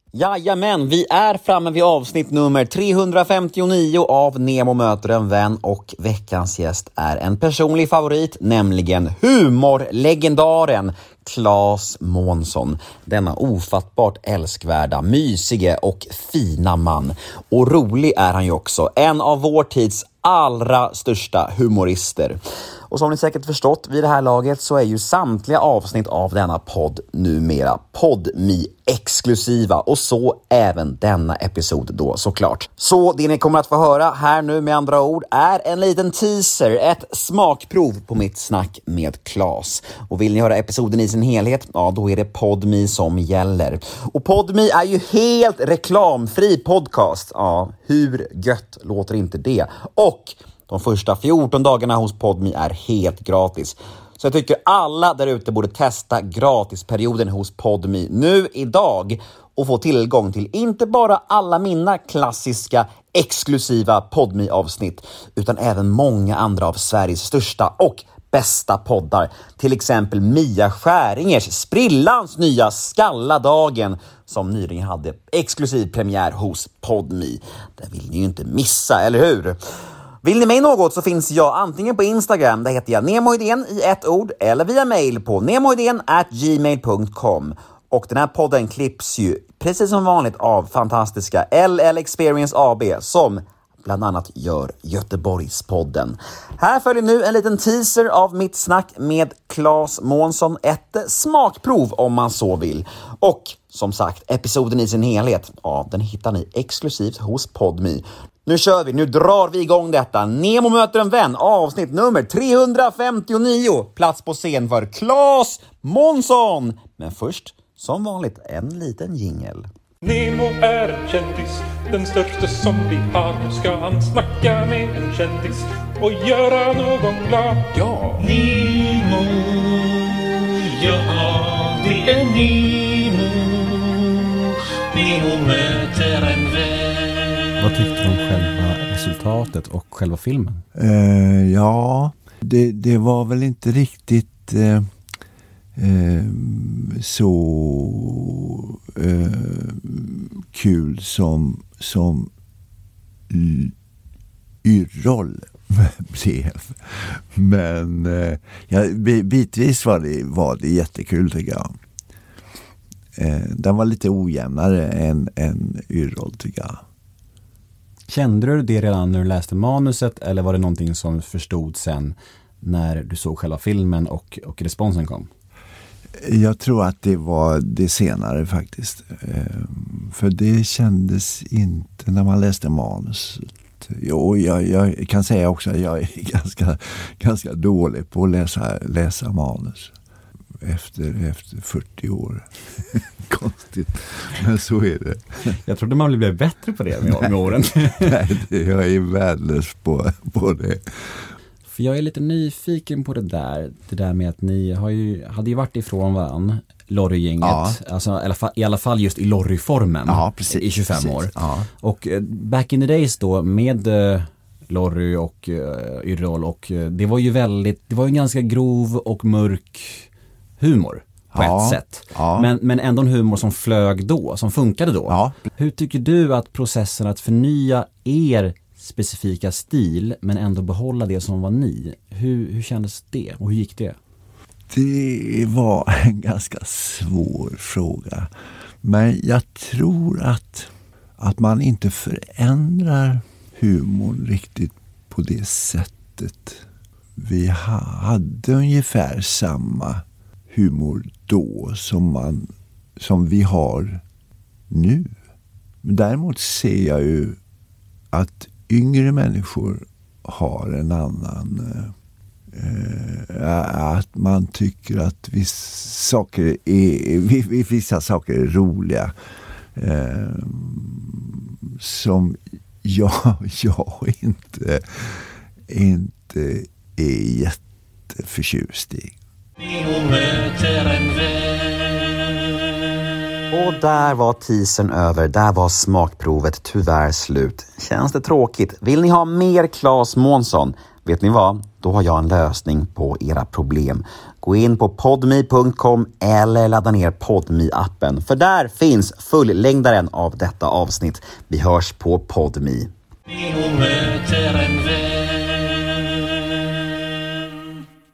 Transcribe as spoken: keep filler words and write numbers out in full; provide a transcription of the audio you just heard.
Jajamän, vi är framme vid avsnitt nummer trehundrafemtionio av Nemo möter en vän och veckans gäst är en personlig favorit, nämligen humorlegendaren Claes Månsson. Denna ofattbart älskvärda, mysige och fina man. Och rolig är han ju också, en av vår tids allra största humorister. Och som ni säkert förstått vid det här laget så är ju samtliga avsnitt av denna podd numera PodMe-exklusiva och så även denna episod då såklart. Så det ni kommer att få höra här nu med andra ord är en liten teaser, ett smakprov på mitt snack med Claes. Och vill ni höra episoden i sin helhet, ja då är det PodMe som gäller. Och PodMe är ju helt reklamfri podcast. Ja, hur gött låter inte det? Och de första fjorton dagarna hos PodMe är helt gratis. Så jag tycker alla där ute borde testa gratisperioden hos PodMe nu idag och få tillgång till inte bara alla mina klassiska exklusiva PodMe-avsnitt utan även många andra av Sveriges största och bästa poddar. Till exempel Mia Skäringers sprillans nya Skalladagen som nyligen hade exklusiv premiär hos PodMe. Det vill ni ju inte missa, eller hur? Vill ni mig något så finns jag antingen på Instagram, där heter jag Nemoidén i ett ord, eller via mail på nemoidén at gmail punkt com. Och den här podden klipps ju precis som vanligt av fantastiska L L Experience A B som bland annat gör Göteborgspodden. Här följer nu en liten teaser av mitt snack med Claes Månsson, ett smakprov om man så vill. Och som sagt, episoden i sin helhet, ja, den hittar ni exklusivt hos PodMe. Nu kör vi, nu drar vi igång detta. Nemo möter en vän, avsnitt nummer trehundrafemtionio. Plats på scen för Claes Månsson. Men först, som vanligt, en liten jingle. Nemo är en kändis, den största som vi har. Nu ska han snacka med en kändis och göra någon glad. Ja, Nemo, ja det är Nemo. Nemo möter en vän. Vad tyckte du om själva resultatet och själva filmen? Uh, ja, det, det var väl inte riktigt uh, uh, så uh, kul som, som Yrrol blev. Men uh, ja, bitvis var det, var det jättekul tycker jag. Uh, den var lite ojämnare än, än Yrrol tycker jag. Kände du det redan när du läste manuset eller var det någonting som du förstod sen när du såg själva filmen och, och responsen kom? Jag tror att det var det senare faktiskt. För det kändes inte när man läste manuset. Jo, jag, jag kan säga också att jag är ganska, ganska dålig på att läsa, läsa manus. Efter, efter fyrtio år. Konstigt. Men så är det. Jag trodde man blev bättre på det med, med åren. Nej, det, jag är värdelös på, på det. För jag är lite nyfiken på det där. Det där med att ni har ju, hade ju varit ifrån varann, Lorry-gänget. Ja. Alltså, i, alla fall, i alla fall just i Lorry-formen. Ja, precis, i tjugofem precis. År. Ja. Och back in the days då med uh, Lorry och uh, Yrrol. Och uh, det var ju väldigt, det var ju en ganska grov och mörk humor på ja, ett sätt. Ja. Men, men ändå en humor som flög då, som funkade då. Ja. Hur tycker du att processen att förnya er specifika stil men ändå behålla det som var ni, hur, hur kändes det och hur gick det? Det var en ganska svår fråga. Men jag tror att, att man inte förändrar humorn riktigt på det sättet. Vi hade ungefär samma humor då som man som vi har nu. Men däremot ser jag ju att yngre människor har en annan eh, att man tycker att vissa saker är vissa saker är roliga eh, som jag, jag inte inte är jätteförtjust i. Och där var teasern över, där var smakprovet tyvärr slut. Känns det tråkigt? Vill ni ha mer Claes Månsson? Vet ni vad? Då har jag en lösning på era problem. Gå in på podme punkt com eller ladda ner Podme-appen. För där finns fullängdaren av detta avsnitt. Vi hörs på Podme.